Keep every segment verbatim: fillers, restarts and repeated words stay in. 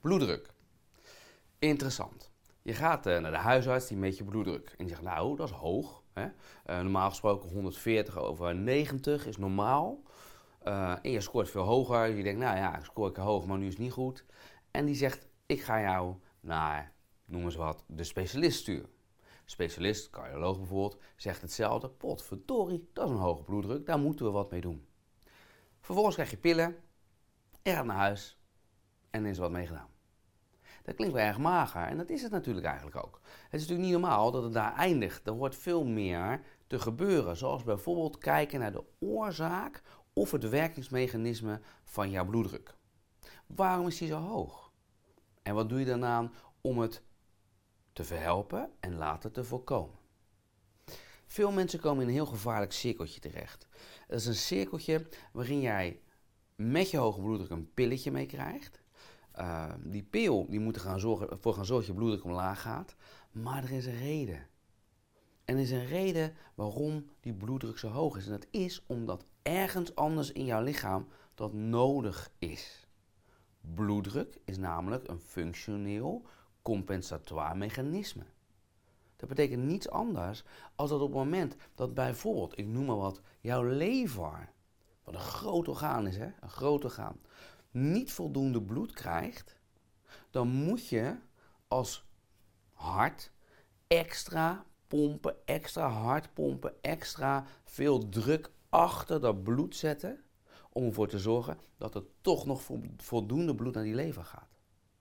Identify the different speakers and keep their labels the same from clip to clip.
Speaker 1: Bloeddruk. Interessant. Je gaat uh, naar de huisarts, die meet je bloeddruk. En die zegt, nou, dat is hoog. Hè? Uh, normaal gesproken honderdveertig over negentig is normaal. Uh, en je scoort veel hoger. Je denkt, nou ja, ik scoor ik hoog, maar nu is het niet goed. En die zegt, ik ga jou naar, noem eens wat, de specialist sturen. Specialist, cardioloog bijvoorbeeld, zegt hetzelfde. Potverdorie, dat is een hoge bloeddruk, daar moeten we wat mee doen. Vervolgens krijg je pillen, je gaat naar huis en er is wat mee gedaan. Dat klinkt wel erg mager en dat is het natuurlijk eigenlijk ook. Het is natuurlijk niet normaal dat het daar eindigt. Er wordt veel meer te gebeuren, zoals bijvoorbeeld kijken naar de oorzaak of het werkingsmechanisme van jouw bloeddruk. Waarom is die zo hoog? En wat doe je dan aan om het te verhelpen en later te voorkomen? Veel mensen komen in een heel gevaarlijk cirkeltje terecht. Dat is een cirkeltje waarin jij met je hoge bloeddruk een pilletje mee krijgt. Uh, die pil die moet er gaan zorgen, voor gaan zorgen dat je bloeddruk omlaag gaat. Maar er is een reden. En er is een reden waarom die bloeddruk zo hoog is. En dat is omdat ergens anders in jouw lichaam dat nodig is. Bloeddruk is namelijk een functioneel compensatoire mechanisme. Dat betekent niets anders als dat op het moment dat bijvoorbeeld, ik noem maar wat, jouw lever, wat een groot orgaan is, hè, een groot orgaan, niet voldoende bloed krijgt, dan moet je als hart extra pompen, extra hard pompen, extra veel druk achter dat bloed zetten, om ervoor te zorgen dat er toch nog voldoende bloed naar die lever gaat.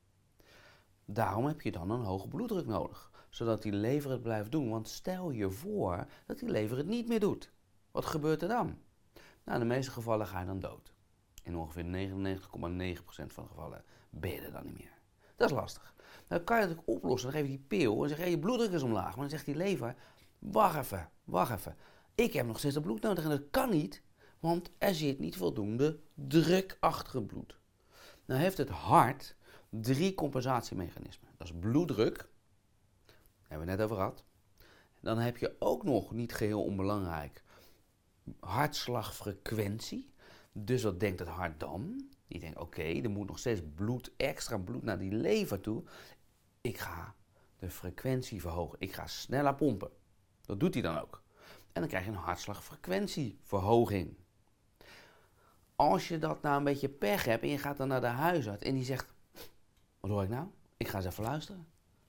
Speaker 1: Daarom heb je dan een hoge bloeddruk nodig, zodat die lever het blijft doen. Want stel je voor dat die lever het niet meer doet. Wat gebeurt er dan? Nou, in de meeste gevallen ga je dan dood. In ongeveer negenennegentig komma negen procent van de gevallen ben je er dan niet meer. Dat is lastig. Dan kan je het ook oplossen. Dan geef je die pil en zeg je, je bloeddruk is omlaag. Maar dan zegt die lever, wacht even, wacht even. Ik heb nog steeds dat bloed nodig en dat kan niet, want er zit niet voldoende druk achter het bloed. Nou heeft het hart drie compensatiemechanismen. Dat is bloeddruk, daar hebben we het net over gehad. Dan heb je ook nog, niet geheel onbelangrijk, hartslagfrequentie. Dus wat denkt het hart dan? Die denkt, oké, okay, er moet nog steeds bloed, extra bloed naar die lever toe. Ik ga de frequentie verhogen. Ik ga sneller pompen. Dat doet hij dan ook. En dan krijg je een hartslagfrequentieverhoging. Als je dat nou een beetje pech hebt en je gaat dan naar de huisarts en die zegt, wat hoor ik nou? Ik ga eens even luisteren.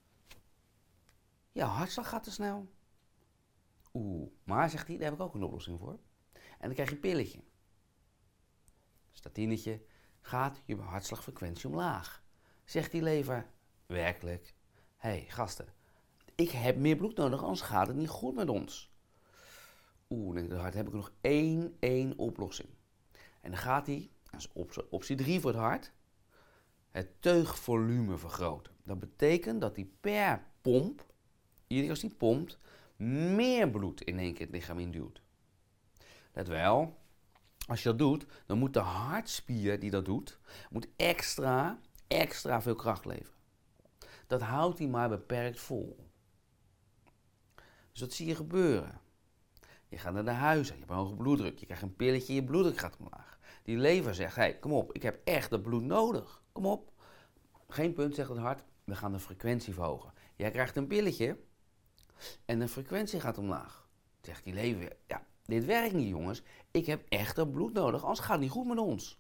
Speaker 1: Ja, hartslag gaat te snel. Oeh, maar zegt hij, daar heb ik ook een oplossing voor. En dan krijg je een pilletje. Statinetje, gaat je hartslagfrequentie omlaag. Zegt die lever, werkelijk, hé hey, gasten, ik heb meer bloed nodig, anders gaat het niet goed met ons. Oeh, denk ik, hart, heb ik nog één, één oplossing. En dan gaat hij, dat is optie drie voor het hart, het teugvolume vergroten. Dat betekent dat hij per pomp, iedere keer als hij pompt, meer bloed in één keer het lichaam induwt. Let wel, als je dat doet, dan moet de hartspier die dat doet, moet extra, extra veel kracht leveren. Dat houdt hij maar beperkt vol. Dus dat zie je gebeuren. Je gaat naar de huisarts, je hebt een hoge bloeddruk, je krijgt een pilletje, je bloeddruk gaat omlaag. Die lever zegt, hé, hey, kom op, ik heb echt dat bloed nodig. Kom op. Geen punt, zegt het hart, we gaan de frequentie verhogen. Jij krijgt een pilletje en de frequentie gaat omlaag. Zegt die lever, ja, dit werkt niet jongens, ik heb echt dat bloed nodig, anders gaat het niet goed met ons.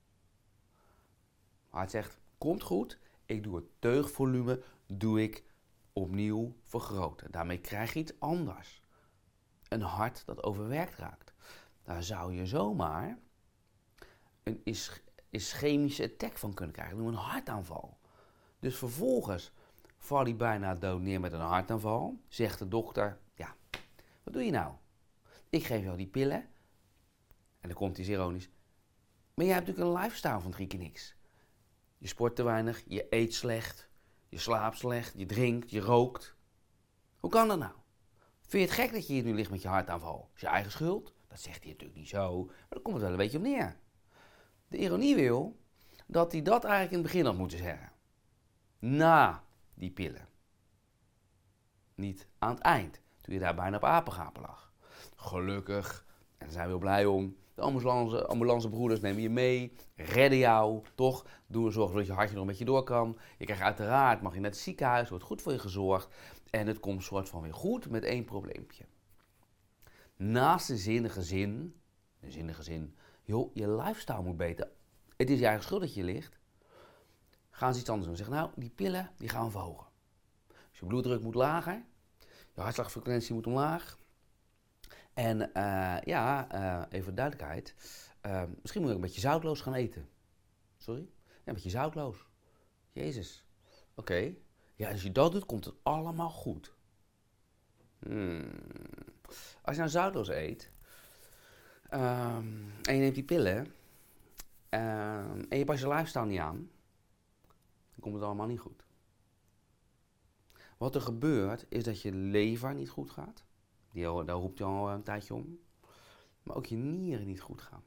Speaker 1: Hart zegt, komt goed, ik doe het teugvolume, doe ik opnieuw vergroten. Daarmee krijg je iets anders. Een hart dat overwerkt raakt. Daar zou je zomaar een is, ischemische attack van kunnen krijgen. Noem een hartaanval. Dus vervolgens valt hij bijna dood neer met een hartaanval. Zegt de dokter, ja, wat doe je nou? Ik geef jou die pillen. En dan komt hij ironisch. Maar jij hebt natuurlijk een lifestyle van drie keer niks. Je sport te weinig, je eet slecht, je slaapt slecht, je drinkt, je rookt. Hoe kan dat nou? Vind je het gek dat je hier nu ligt met je hartaanval? Is je eigen schuld? Dat zegt hij natuurlijk niet zo, maar daar komt het wel een beetje op neer. De ironie wil dat hij dat eigenlijk in het begin had moeten zeggen. Na die pillen. Niet aan het eind, toen je daar bijna op apengapen lag. Gelukkig, en daar zijn we heel blij om, De ambulance, ambulancebroeders nemen je mee, redden jou, toch? Doen zorgen dat je hartje nog een beetje door kan. Je krijgt uiteraard, mag je naar het ziekenhuis, wordt goed voor je gezorgd. En het komt soort van weer goed met één probleempje. Naast de zinnige zin, de zinnige zin, joh, je lifestyle moet beter. Het is je eigen schuld dat je ligt. Gaan ze iets anders doen. Zeggen, nou, die pillen, die gaan we verhogen. Dus je bloeddruk moet lager. Je hartslagfrequentie moet omlaag. En uh, ja, uh, even voor duidelijkheid. Uh, misschien moet je ook een beetje zoutloos gaan eten. Sorry? Ja, een beetje zoutloos. Jezus. Oké. Okay. Ja, als je dat doet, komt het allemaal goed. Hmm. Als je nou zoutloos eet. Um, en je neemt die pillen. Um, en je past je lifestyle niet aan. Dan komt het allemaal niet goed. Wat er gebeurt, is dat je lever niet goed gaat. Die, daar roept je al een tijdje om. Maar ook je nieren niet goed gaan.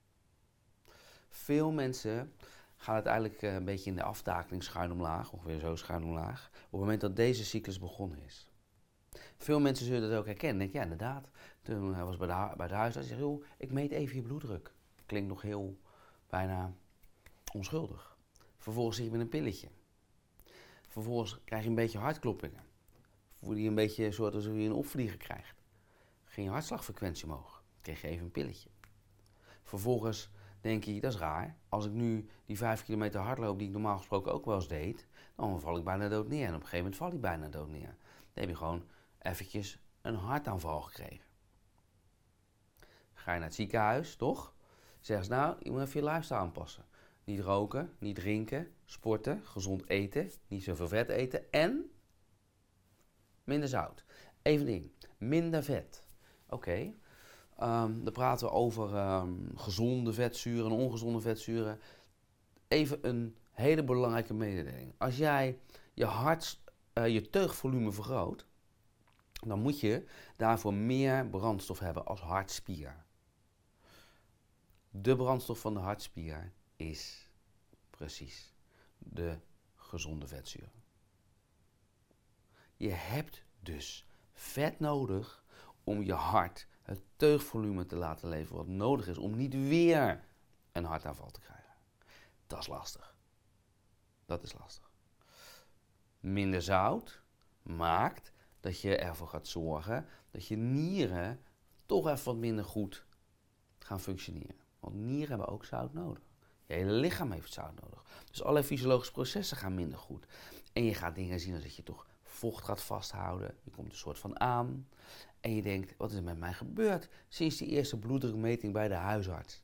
Speaker 1: Veel mensen gaan uiteindelijk een beetje in de aftakeling schuin omlaag. Ongeveer zo schuin omlaag. Op het moment dat deze cyclus begonnen is. Veel mensen zullen dat ook herkennen. Denk, ja, inderdaad. Toen hij was bij de, bij de huisarts. Hij zegt, joh, ik meet even je bloeddruk. Klinkt nog heel bijna onschuldig. Vervolgens zit je met een pilletje. Vervolgens krijg je een beetje hartkloppingen. Voel je een beetje een soort alsof je een opvlieger krijgt. Ging je hartslagfrequentie omhoog. Kreeg je even een pilletje. Vervolgens denk je, dat is raar. Als ik nu die vijf kilometer hardloop die ik normaal gesproken ook wel eens deed, dan val ik bijna dood neer. En op een gegeven moment val ik bijna dood neer. Dan heb je gewoon eventjes een hartaanval gekregen. Ga je naar het ziekenhuis, toch? Zeg ze, nou, je moet even je lifestyle aanpassen. Niet roken, niet drinken, sporten, gezond eten, niet zoveel vet eten en minder zout. Even ding, minder vet. Oké, okay. um, dan praten we over um, gezonde vetzuren en ongezonde vetzuren. Even een hele belangrijke mededeling. Als jij je, hart, uh, je teugvolume vergroot, dan moet je daarvoor meer brandstof hebben als hartspier. De brandstof van de hartspier is precies de gezonde vetzuren. Je hebt dus vet nodig om je hart het teugvolume te laten leveren wat nodig is om niet weer een hartaanval te krijgen. Dat is lastig. Dat is lastig. Minder zout maakt dat je ervoor gaat zorgen dat je nieren toch even wat minder goed gaan functioneren. Want nieren hebben ook zout nodig. Je hele lichaam heeft zout nodig. Dus allerlei fysiologische processen gaan minder goed. En je gaat dingen zien als dat je toch vocht gaat vasthouden. Je komt een soort van aan. En je denkt, wat is er met mij gebeurd sinds die eerste bloeddrukmeting bij de huisarts?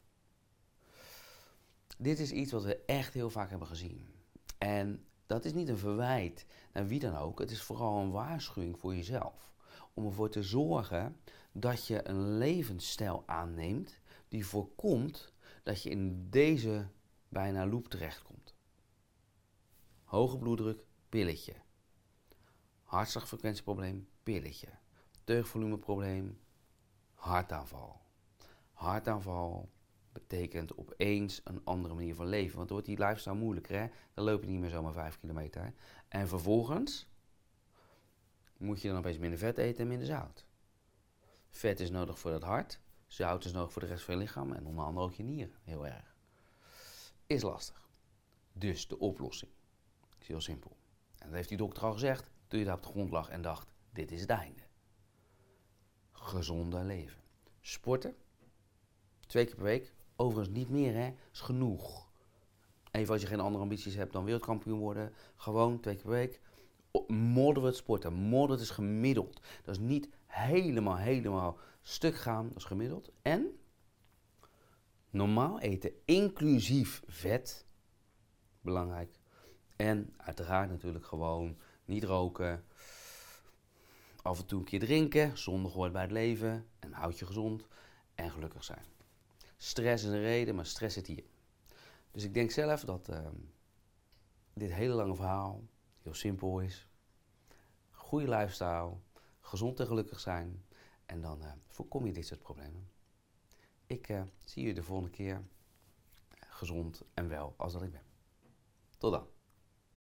Speaker 1: Dit is iets wat we echt heel vaak hebben gezien. En dat is niet een verwijt naar wie dan ook. Het is vooral een waarschuwing voor jezelf. Om ervoor te zorgen dat je een levensstijl aanneemt die voorkomt dat je in deze bijna loop terechtkomt. Hoge bloeddruk, pilletje. Hartslagfrequentieprobleem, pilletje. Teugvolumeprobleem, hartaanval. Hartaanval betekent opeens een andere manier van leven. Want dan wordt die lifestyle moeilijker, hè? Dan loop je niet meer zomaar vijf kilometer. En vervolgens moet je dan opeens minder vet eten en minder zout. Vet is nodig voor het hart. Zout is nodig voor de rest van je lichaam. En onder andere ook je nieren. Heel erg. Is lastig. Dus de oplossing is heel simpel. En dat heeft die dokter al gezegd toen je daar op de grond lag en dacht, dit is het einde. Gezonder leven. Sporten. Twee keer per week. Overigens niet meer, hè. Is genoeg. Even als je geen andere ambities hebt dan wereldkampioen worden. Gewoon twee keer per week. Moderate sporten. Moderate is gemiddeld. Dat is niet helemaal, helemaal stuk gaan. Dat is gemiddeld. En normaal eten, inclusief vet. Belangrijk. En uiteraard natuurlijk gewoon niet roken. Af en toe een keer drinken. Zondig hoort bij het leven. En houd je gezond. En gelukkig zijn. Stress is een reden, maar stress zit hier. Dus ik denk zelf dat uh, dit hele lange verhaal heel simpel is. Goede lifestyle. Gezond en gelukkig zijn. En dan uh, voorkom je dit soort problemen. Ik uh, zie je de volgende keer gezond en wel als dat ik ben. Tot dan.